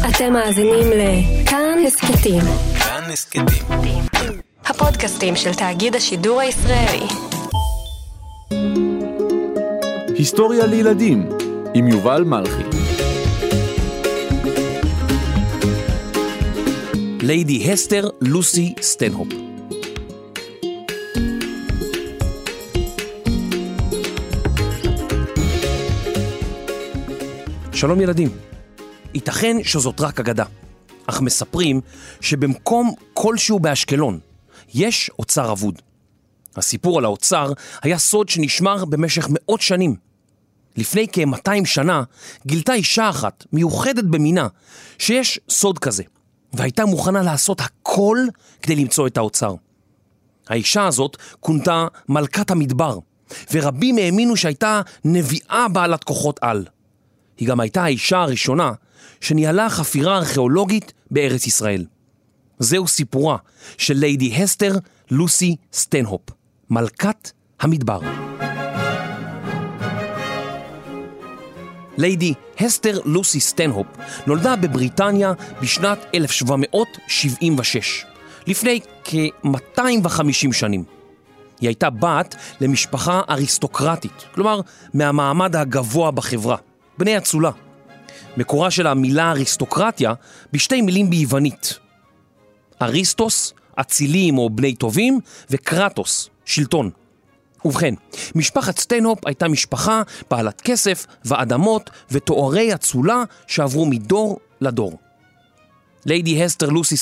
אתם מאזינים לכאן הסקטים. כאן הסקטים. הפודקאסטים של תאגיד השידור הישראלי. היסטוריה לילדים עם יובל מלכי. ליידי הסתר לוסי סטנהופ. שלום ילדים. ייתכן שזאת רק אגדה, אך מספרים שבמקום כלשהו באשקלון יש אוצר אבוד. הסיפור על האוצר היה סוד שנשמר במשך מאות שנים. לפני כ-200 שנה גילתה אישה אחת מיוחדת במינה שיש סוד כזה, והייתה מוכנה לעשות הכל כדי למצוא את האוצר. האישה הזאת כונתה מלכת המדבר, ורבים האמינו שהייתה נביאה בעלת כוחות על. היא גם הייתה האישה הראשונה שניהלה חפירה ארכיאולוגית בארץ ישראל. זהו סיפורה של ליידי הסתר לוסי סטנהופ, מלכת המדבר. ליידי הסתר לוסי סטנהופ נולדה בבריטניה בשנת 1776, לפני כ-250 שנים. היא הייתה בת למשפחה אריסטוקרטית, כלומר מהמעמד הגבוה בחברה, בני אצולה. מקורה של המילה אריסטוקרטיה בשתי מילים ביוונית. אריסטוס, אצילים או בני טובים, וקרטוס, שלטון. ובכן, משפחת סטנהופ הייתה משפחה בעלת כסף ואדמות ותוארי אצולה שעברו מדור לדור. ליידי הסתר לוסי,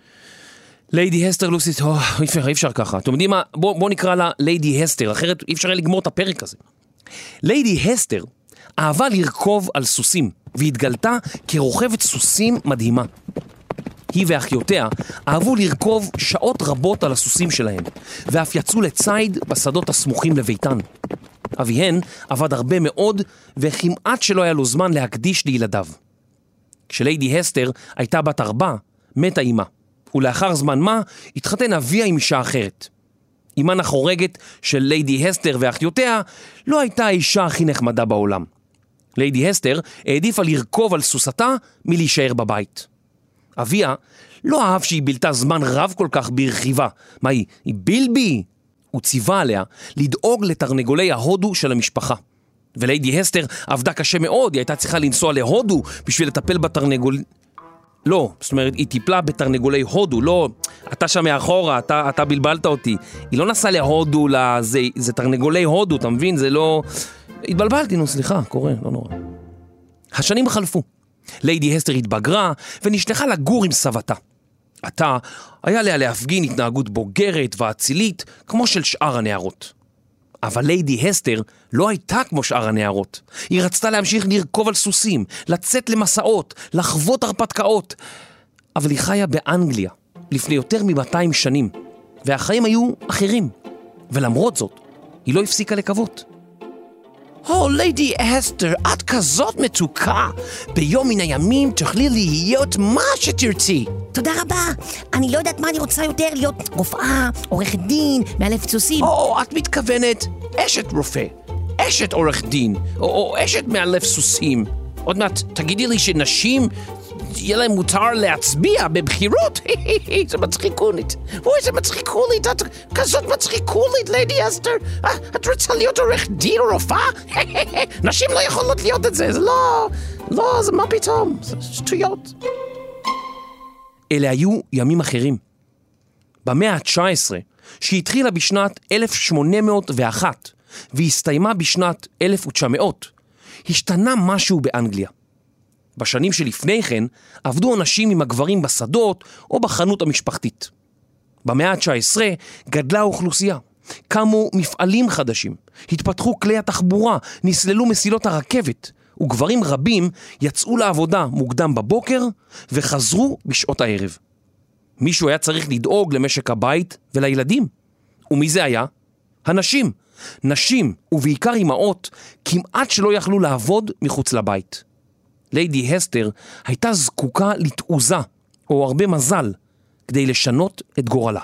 אי אפשר ככה. אתם יודעים מה? בוא נקרא לה ליידי הסתר, אחרת אי אפשר לגמור את הפרק הזה. ליידי הסתר אהבה לרכוב על סוסים, והתגלתה כרוכבת סוסים מדהימה. היא ואחיותיה אהבו לרכוב שעות רבות על הסוסים שלהם, ואף יצאו לציד בשדות הסמוכים לביתן. אביהן עבד הרבה מאוד, וכמעט שלא היה לו זמן להקדיש לילדיו. כשליידי הסתר הייתה בת 4, מתה אימה, ולאחר זמן מה התחתן אביה עם אישה אחרת. אימן החורגת של ליידי הסתר ואחיותיה לא הייתה האישה הכי נחמדה בעולם. ליידי הסתר העדיפה לרכוב על סוסתה מלהישאר בבית. אביה לא אהב שהיא בילתה זמן רב כל כך ברכיבה. מה היא בילבי? הוא ציווה עליה לדאוג לתרנגולי ההודו של המשפחה. וליידי הסתר עבדה קשה מאוד, היא הייתה צריכה לנסוע להודו בשביל לטפל בתרנגול... לא, זאת אומרת, היא טיפלה בתרנגולי הודו, לא, אתה שם מאחורה, אתה בלבלת אותי. היא לא נסעה להודו, זה תרנגולי הודו, אתה מבין? זה לא... התבלבלתי, נו, סליחה, קורה, לא נורא. השנים חלפו. ליידי הסתר התבגרה ונשלחה לגור עם סבתה. עתה היה לה להפגין התנהגות בוגרת ואצילית כמו של שאר הנערות. אבל ליידי הסתר לא הייתה כמו שאר הנערות. היא רצתה להמשיך לרכוב על סוסים, לצאת למסעות, לחוות הרפתקאות. אבל היא חיה באנגליה לפני יותר מ-200 שנים, והחיים היו אחרים. ולמרות זאת, היא לא הפסיקה לקוות. ליידי הסתר, את כזאת מתוקה. ביום מן הימים תוכלי להיות מה שתרצי. תודה רבה. אני לא יודעת מה אני רוצה יותר, להיות רופאה, עורכת דין, מאלף סוסים. את מתכוונת אשת רופא, אשת עורך דין, או אשת מאלף סוסים. עוד מעט תגידי לי שנשים יהיה להם מותר להצביע בבחירות. זה מצחיקונית. זה מצחיקונית. את כזאת מצחיקונית, ליידי הסתר. את רוצה להיות עורך דין או רופאה? נשים לא יכולות להיות את זה. זה לא, זה מה פתאום? זה שטויות. אלה היו ימים אחרים. במאה ה-19, שהתחילה בשנת 1801 והסתיימה בשנת 1900, השתנה משהו באנגליה. בשנים שלפני כן עבדו אנשים עם הגברים בשדות או בחנות המשפחתית. במאה ה-19 גדלה האוכלוסייה, קמו מפעלים חדשים, התפתחו כלי התחבורה, נסללו מסילות הרכבת, וגברים רבים יצאו לעבודה מוקדם בבוקר וחזרו בשעות הערב. מישהו היה צריך לדאוג למשק הבית ולילדים. ומי זה היה? הנשים. נשים, ובעיקר אמהות, כמעט שלא יכלו לעבוד מחוץ לבית. ליידי הסתר הייתה זקוקה לתעוזה, או הרבה מזל, כדי לשנות את גורלה.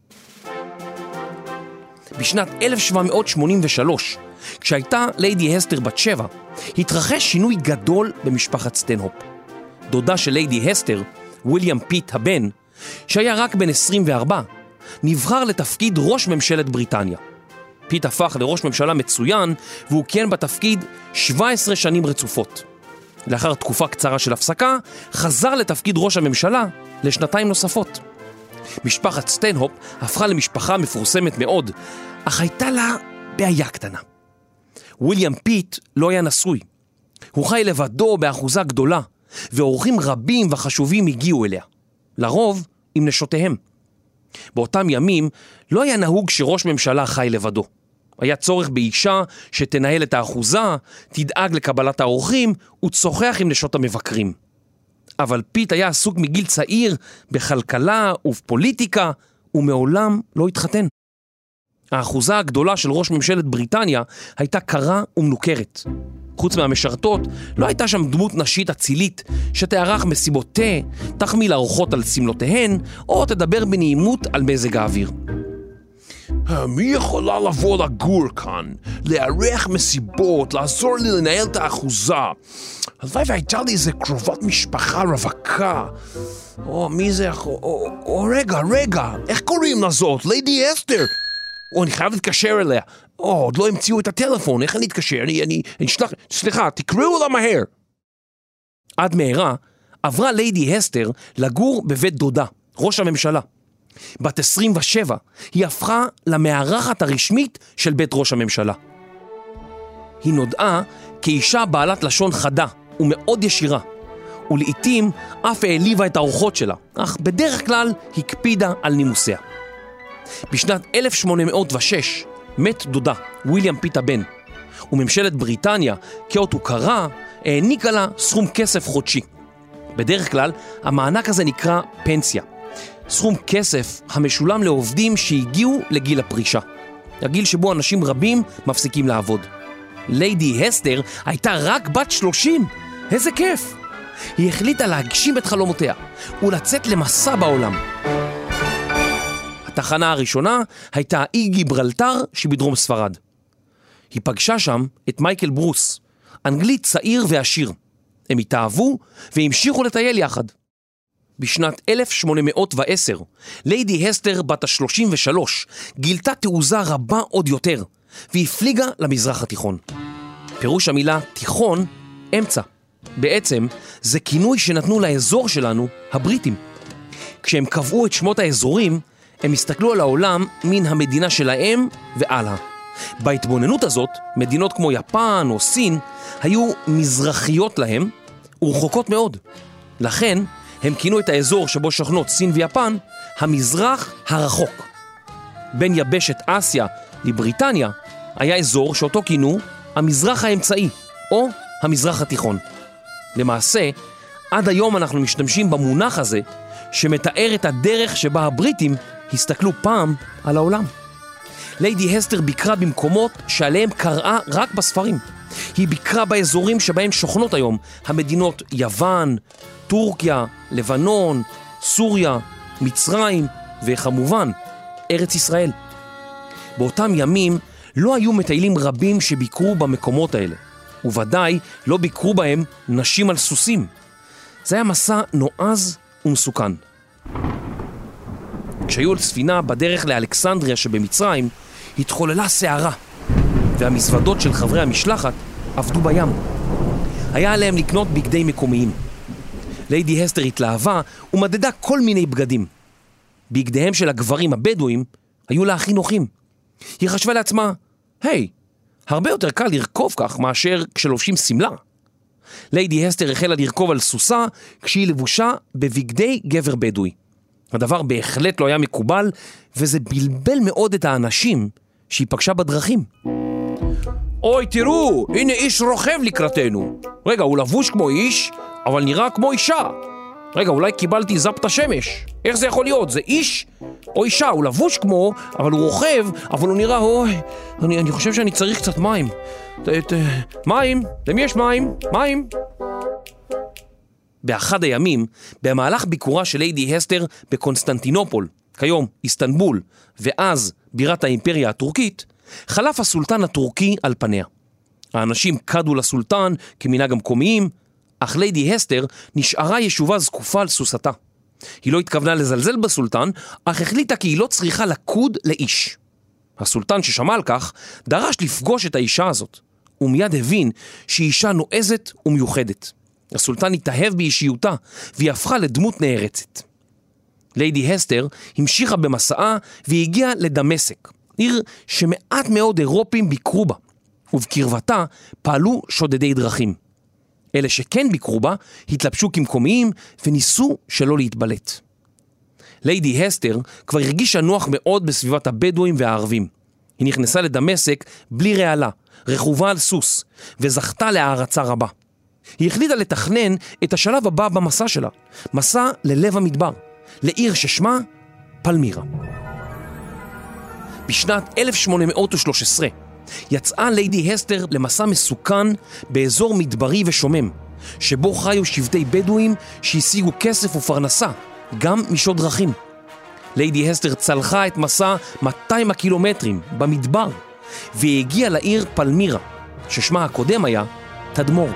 בשנת 1783, כשהייתה ליידי הסתר בת 7, התרחש שינוי גדול במשפחת סטנהופ. דודה של ליידי הסטר, וויליאם פיט הבן, שהיה רק בן 24, נבחר לתפקיד ראש ממשלת בריטניה. פיט הפך לראש ממשלה מצוין, והוא כיהן בתפקיד 17 שנים רצופות. לאחר תקופה קצרה של הפסקה, חזר לתפקיד ראש הממשלה לשנתיים נוספות. משפחת סטנהופ הפכה למשפחה מפורסמת מאוד, אך הייתה לה בעיה קטנה. וויליאם פיט לא היה נשוי. הוא חי לבדו באחוזה גדולה, ואורחים רבים וחשובים הגיעו אליה. לרוב עם נשותיהם. באותם ימים לא היה נהוג שראש ממשלה חי לבדו. היה צורך באישה שתנהל את האחוזה, תדאג לקבלת האורחים ותשוחח עם נשות המבקרים. אבל פיט היה עסוק מגיל צעיר בכלכלה ובפוליטיקה, ומעולם לא התחתן. האחוזה הגדולה של ראש ממשלת בריטניה הייתה קרה ומנוכרת. חוץ מהמשרתות, לא הייתה שם דמות נשית אצילית שתערך מסיבות תה, תחמיל ארוחות על סמלותיהן, או תדבר בנעימות על מזג האוויר. מי יכולה לבוא לגור כאן, לארח מסיבות, לעזור לי לנהל את האחוזה? הלוואי והייתה לי איזה קרובת משפחה רווקה. מי זה? רגע, איך קוראים לזאת? ליידי אסתר. אני חייב להתקשר אליה. עוד לא המציאו את הטלפון, איך אני אתקשר? אני אשלח... סליחה, תקראו לה מהר. עד מהרה עברה ליידי הסטר לגור בבית דודה, ראש הממשלה. בת 27, היא הפכה למארחת הרשמית של בית ראש הממשלה. היא נודעה כאישה בעלת לשון חדה ומאוד ישירה, ולעיתים אף העליבה את האורחות שלה, אך בדרך כלל הקפידה על נימוסיה. בשנת 1806 מת דודה, וויליאם פיט הבן, וממשלת בריטניה, כאות הוקרה, העניקה לה סכום כסף חודשי. בדרך כלל, המענק הזה נקרא פנסיה. סכום כסף המשולם לעובדים שהגיעו לגיל הפרישה. הגיל שבו אנשים רבים מפסיקים לעבוד. ליידי הסטר הייתה רק בת 30. איזה כיף! היא החליטה להגשים את חלומותיה ולצאת למסע בעולם. התחנה הראשונה הייתה אי גיברלטר שבדרום ספרד. היא פגשה שם את מייקל ברוס, אנגלי צעיר ועשיר. הם התאהבו והמשיכו לטייל יחד. בשנת 1810, ליידי הסטר בת ה-33 גילתה תעוזה רבה עוד יותר, והפליגה למזרח התיכון. פירוש המילה תיכון, אמצע. בעצם זה כינוי שנתנו לאזור שלנו, הבריטים. כשהם קבעו את שמות האזורים, הם הסתכלו על העולם מן המדינה שלהם והלאה. בהתבוננות הזאת, מדינות כמו יפן או סין היו מזרחיות להם ורחוקות מאוד. לכן, הם כינו את האזור שבו שכנות סין ויפן המזרח הרחוק. בין יבשת אסיה לבריטניה היה אזור שאותו כינו המזרח האמצעי או המזרח התיכון. למעשה, עד היום אנחנו משתמשים במונח הזה שמתאר את הדרך שבה הבריטים הסתכלו פעם על העולם. ליידי הסטר ביקרה במקומות שעליהם קראה רק בספרים. היא ביקרה באזורים שבהם שוכנות היום המדינות יוון, טורקיה, לבנון, סוריה, מצרים וכמובן ארץ ישראל. באותם ימים לא היו מטיילים רבים שביקרו במקומות האלה, וודאי לא ביקרו בהם נשים על סוסים. זה היה מסע נועז ומסוכן. כשהיו על ספינה בדרך לאלכסנדריה שבמצרים, התחוללה סערה, והמזוודות של חברי המשלחת עבדו בים. היה עליהם לקנות בגדי מקומיים. ליידי הסטר התלהבה ומדדה כל מיני בגדים. בגדיהם של הגברים הבדואים היו לה הכי נוחים. היא חשבה לעצמה, היי, הרבה יותר קל לרכוב כך מאשר כשלובשים סמלה. ליידי הסטר החלה לרכוב על סוסה כשהיא לבושה בבגדי גבר בדואי. הדבר בהחלט לא היה מקובל, וזה בלבל מאוד את האנשים שהיא פגשה בדרכים. אוי, תראו, הנה איש רוכב לקראתנו. רגע, הוא לבוש כמו איש, אבל נראה כמו אישה. רגע, אולי קיבלתי זפת השמש. איך זה יכול להיות? זה איש או אישה? הוא לבוש כמו, אבל הוא רוכב, אבל הוא נראה, אוי, אני חושב שאני צריך קצת מים. מים? למי יש מים? מים? באחד הימים, במהלך ביקורה של ליידי הסטר בקונסטנטינופול, כיום איסטנבול, ואז בירת האימפריה הטורקית, חלף הסולטן הטורקי על פניה. האנשים קדו לסולטן כמנהג המקומיים, אך ליידי הסטר נשארה ישובה זקופה על סוסתה. היא לא התכוונה לזלזל בסולטן, אך החליטה כי היא לא צריכה לקוד לאיש. הסולטן ששמע על כך דרש לפגוש את האישה הזאת, ומיד הבין שהיא אישה נועזת ומיוחדת. הסולטן התאהב באישיותה, והיא הפכה לדמות נערצת. ליידי הסטר המשיכה במסעה והגיעה לדמשק, עיר שמעט מאוד אירופים ביקרו בה, ובקרבתה פעלו שודדי דרכים. אלה שכן ביקרו בה התלבשו כמקומיים וניסו שלא להתבלט. ליידי הסטר כבר הרגישה נוח מאוד בסביבת הבדואים והערבים. היא נכנסה לדמשק בלי רעלה, רכובה על סוס, וזכתה להערצה רבה. היא החליטה לתכנן את השלב הבא במסע שלה, מסע ללב המדבר, לעיר ששמה פלמירה. בשנת 1813 יצאה ליידי הסטר למסע מסוכן באזור מדברי ושומם, שבו חיו שבטי בדואים שהשיגו כסף ופרנסה, גם משוד דרכים. ליידי הסטר צלחה את מסע 200 הקילומטרים במדבר, והיא הגיעה לעיר פלמירה, ששמה הקודם היה תדמור.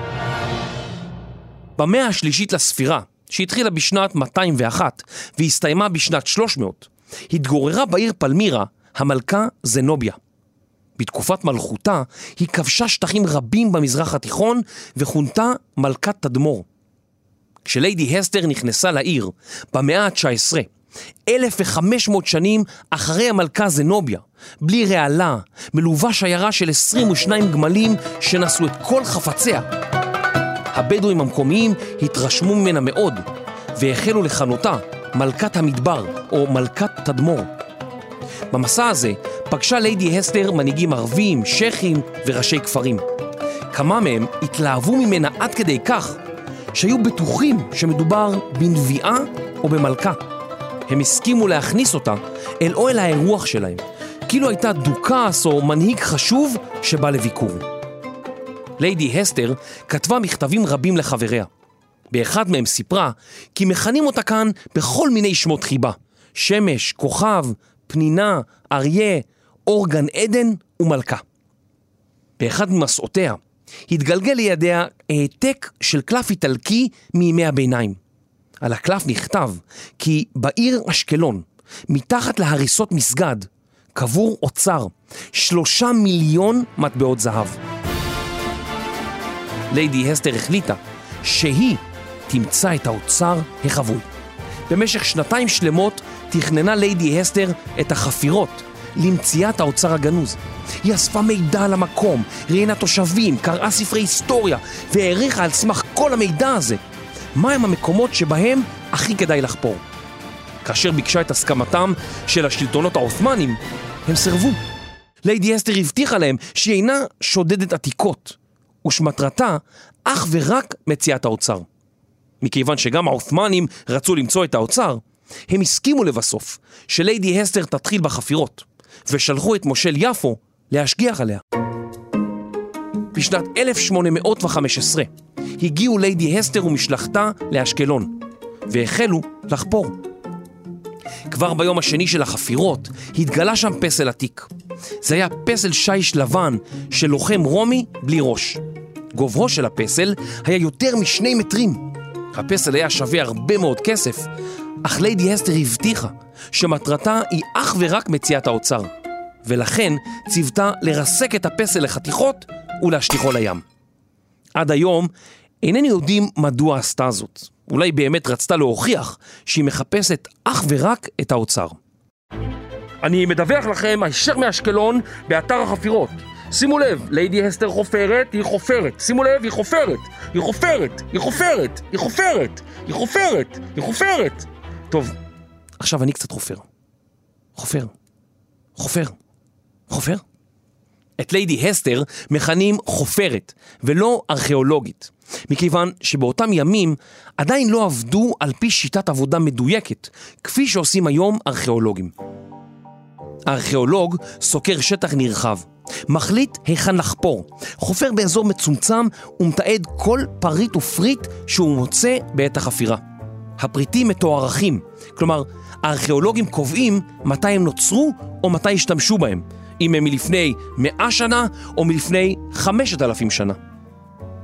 במאה השלישית לספירה, שהתחילה בשנת 201 והסתיימה בשנת 300, התגוררה בעיר פלמירה המלכה זנוביה. בתקופת מלכותה היא כבשה שטחים רבים במזרח התיכון וכונתה מלכת תדמור. כשליידי הסטר נכנסה לעיר במאה ה-19, 1500 שנים אחרי המלכה זנוביה, בלי רעלה, מלווה שיירה של 22 גמלים שנשאו את כל חפציה, הבדואים המקומיים התרשמו ממנה מאוד והחלו לכנותה מלכת המדבר או מלכת תדמור. במסע הזה פגשה ליידי הסטר מנהיגים ערבים, שייחים וראשי כפרים. כמה מהם התלהבו ממנה עד כדי כך שהיו בטוחים שמדובר בנביאה או במלכה. הם הסכימו להכניס אותה אל אוהל האירוח שלהם, כאילו הייתה דוכס או מנהיג חשוב שבא לביקור. ליידי הסטר כתבה מכתבים רבים לחבריה. באחד מהם סיפרה כי מכנים אותה כאן בכל מיני שמות חיבה: שמש, כוכב, פנינה, אריה, אור גן עדן ומלכה. באחד ממסעותיה התגלגל לידיה העתק של קלף איטלקי מימי הביניים. על הקלף נכתב כי בעיר אשקלון, מתחת להריסות מסגד, קבור אוצר 3 מיליון מטבעות זהב. ליידי הסטר החליטה שהיא תמצא את האוצר החבוי. במשך 2 שלמות תכננה ליידי הסטר את החפירות למציאת האוצר הגנוז. היא אספה מידע על המקום, ראיינה תושבים, קראה ספרי היסטוריה והעריכה על סמך כל המידע הזה מהם המקומות שבהם הכי כדאי לחפור. כאשר ביקשה את הסכמתם של השלטונות העות'מאנים, הם סרבו. ליידי הסטר הבטיחה להם שהיא אינה שודדת עתיקות, ושמטרתה אך ורק מציאת האוצר. מכיוון שגם העות'מאנים רצו למצוא את האוצר, הם הסכימו לבסוף שליידי הסטר תתחיל בחפירות, ושלחו את מושל יפו להשגיח עליה. בשנת 1815 הגיעו ליידי הסטר ומשלחתה לאשקלון, והחלו לחפור. כבר ביום השני של החפירות התגלה שם פסל עתיק. זה היה פסל שיש לבן של לוחם רומי בלי ראש. גובהו של הפסל היה יותר מ2 מטרים. הפסל היה שווה הרבה מאוד כסף, אך ליידי הסטר הבטיחה שמטרתה היא אך ורק מציאת האוצר, ולכן ציוותה לרסק את הפסל לחתיכות ולהשליכו לים. עד היום איננו יודעים מדוע עשתה זאת. אולי באמת רצתה להוכיח שהיא מחפשת אך ורק את האוצר. אני מדווח לכם הישר מאשקלון באתר החפירות. שימו לב, ליידי הסטר חופרת, היא חופרת. שימו לב, היא חופרת. היא חופרת, היא חופרת, היא חופרת, היא חופרת, היא חופרת. טוב, עכשיו אני קצת חופר. חופר. חופר. חופר? את ליידי הסטר מכנים חופרת ולא ארכיאולוגית, מכיוון שבאותם ימים עדיין לא עבדו על פי שיטת עבודה מדויקת, כפי שעושים היום ארכיאולוגים. הארכיאולוג סוקר שטח נרחב, מחליט היכן לחפור, חופר באזור מצומצם ומתעד כל פריט ופריט שהוא מוצא בעת החפירה. הפריטים מתוארכים, כלומר הארכיאולוגים קובעים מתי הם נוצרו או מתי השתמשו בהם, אם הם מלפני 100 שנה או מלפני 5,000 שנה.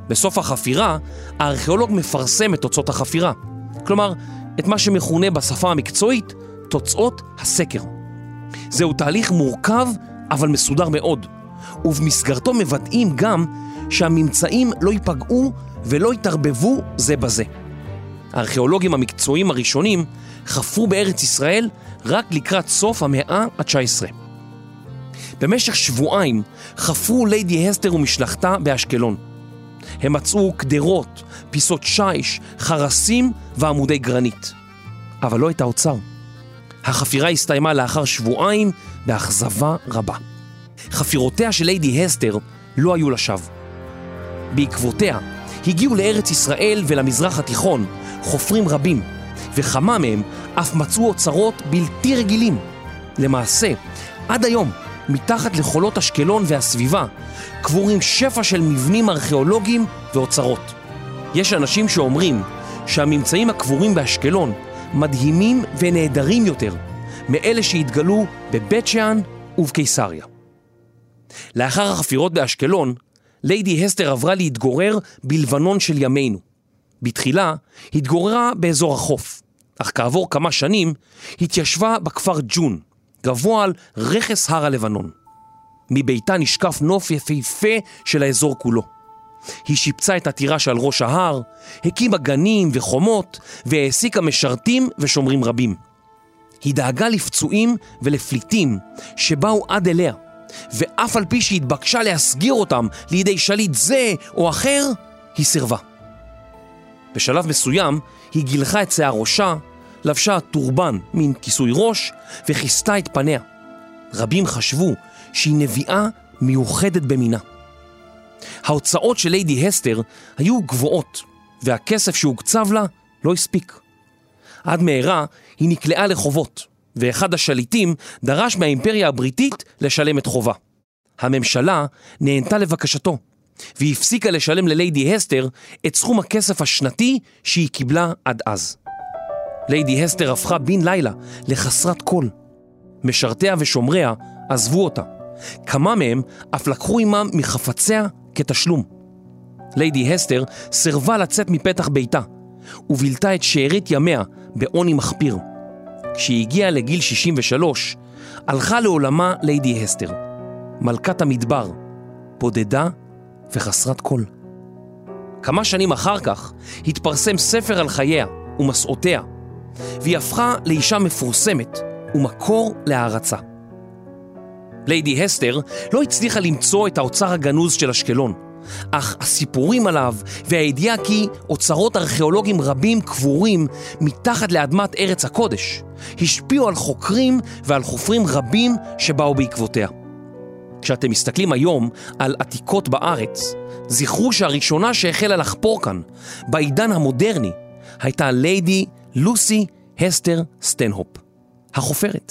בסוף החפירה, הארכיאולוג מפרסם את תוצאות החפירה. כלומר, את מה שמכונה בשפה המקצועית, תוצאות הסקר. זהו תהליך מורכב, אבל מסודר מאוד. ובמסגרתו מוודאים גם שהממצאים לא ייפגעו ולא יתערבבו זה בזה. הארכיאולוגים המקצועיים הראשונים חפרו בארץ ישראל רק לקראת סוף המאה ה-19. במשך שבועיים חפרו ליידי הסטר ומשלחתה באשקלון. הם מצאו קדרות, פיסות שיש, חרסים ועמודי גרנית. אבל לא את האוצר. החפירה הסתיימה לאחר שבועיים באכזבה רבה. חפירותיה של ליידי הסטר לא היו לשווא. בעקבותיה הגיעו לארץ ישראל ולמזרח התיכון חופרים רבים, וכמה מהם אף מצאו אוצרות בלתי רגילים. למעשה, עד היום, מתחת לחולות אשקלון והסביבה, קבורים שפע של מבנים ארכיאולוגיים ואוצרות. יש אנשים שאומרים שהממצאים הקבורים באשקלון מדהימים ונהדרים יותר מאלה שהתגלו בבית שאן ובקיסריה. לאחר החפירות באשקלון, ליידי הסטר עברה להתגורר בלבנון של ימינו. בתחילה התגוררה באזור החוף, אך כעבור כמה שנים התיישבה בכפר ג'ון, גבוה על רכס הר הלבנון. מביתה נשקף נוף יפהפה של האזור כולו. היא שיפצה את הטירה שעל ראש ההר, הקימה גנים וחומות, והעסיקה משרתים ושומרים רבים. היא דאגה לפצועים ולפליטים שבאו עד אליה, ואף על פי שהתבקשה להסגיר אותם לידי שליט זה או אחר, היא סירבה. בשלב מסוים היא גילחה את שיער ראשה, לבשה טורבן מן כיסוי ראש וכיסתה את פניה. רבים חשבו שהיא נביאה מיוחדת במינה. ההוצאות של ליידי הסטר היו גבוהות, והכסף שהוקצב לה לא הספיק. עד מהרה היא נקלעה לחובות, ואחד השליטים דרש מהאימפריה הבריטית לשלם את חובה. הממשלה נענתה לבקשתו, והיא הפסיקה לשלם לליידי הסטר את סכום הכסף השנתי שהיא קיבלה עד אז. ליידי הסטר הפכה בן לילה לחסרת כל. משרתיה ושומריה עזבו אותה. כמה מהם אף לקחו עמם מחפציה כתשלום. ליידי הסטר סירבה לצאת מפתח ביתה, ובילתה את שארית ימיה בעוני מחפיר. כשהיא הגיעה לגיל 63, הלכה לעולמה ליידי הסטר, מלכת המדבר, בודדה וחסרת כל. כמה שנים אחר כך התפרסם ספר על חייה ומסעותיה, והיא הפכה לאישה מפורסמת ומקור להערצה. ליידי הסטר לא הצליחה למצוא את האוצר הגנוז של אשקלון, אך הסיפורים עליו והידיעה כי אוצרות ארכיאולוגיים רבים קבורים מתחת לאדמת ארץ הקודש השפיעו על חוקרים ועל חופרים רבים שבאו בעקבותיה. כשאתם מסתכלים היום על עתיקות בארץ, זכרו שהראשונה שהחלה לחפור כאן בעידן המודרני הייתה ליידי לוסי הסטר סטנהופ, החופרת.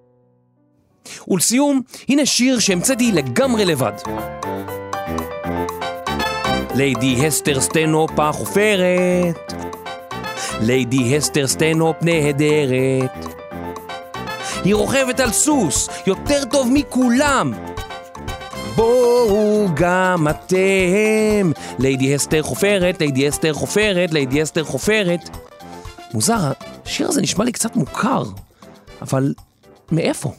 ולסיום, הנה שיר שהמצאתי לגמרי לבד. ליידי הסטר סטנהופ החופרת, ליידי הסטר סטנהופ נהדרת, היא רוכבת על סוס יותר טוב מכולם, בואו גם אתם. ליידי הסטר חופרת, ליידי הסטר חופרת, ליידי הסטר חופרת. מוזר, השיר הזה נשמע לי קצת מוכר, אבל מאיפה?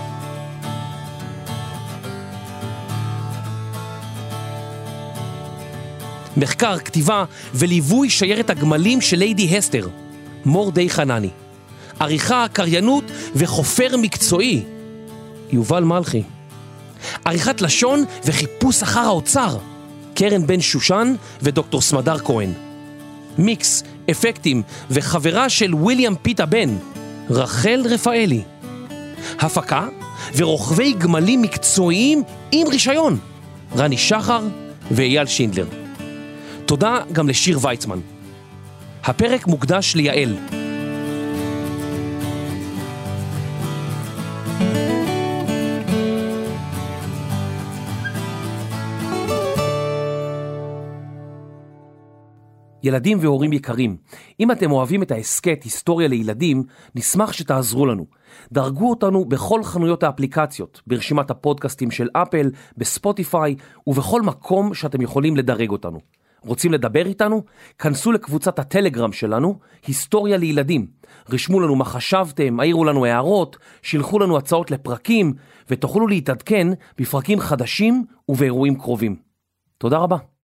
מחקר, כתיבה וליווי שיירת הגמלים של ליידי הסטר, מורדי חנני. עריכה, קריינות וחופר מקצועי, יובל מלכי. עריכת לשון וחיפוש אחר האוצר, קרן בן שושן ודוקטור סמדר כהן. מיקס, אפקטים וחברה של וויליאם פיטה בן, רחל רפאלי. הפקה ורוכבי גמלים מקצועיים עם רישיון, רני שחר ואייל שינדלר. תודה גם לשיר ויצמן. הפרק מוקדש ליעל. ילדים והורים יקרים, אם אתם אוהבים את העסקת היסטוריה לילדים, נשמח שתעזרו לנו. דרגו אותנו בכל חנויות האפליקציות, ברשימת הפודקאסטים של אפל, בספוטיפיי ובכל מקום שאתם יכולים לדרג אותנו. רוצים לדבר איתנו? כנסו לקבוצת הטלגרם שלנו, היסטוריה לילדים. רשמו לנו מה חשבתם, העירו לנו הערות, שילחו לנו הצעות לפרקים, ותוכלו להתעדכן בפרקים חדשים ובאירועים קרובים. תודה רבה.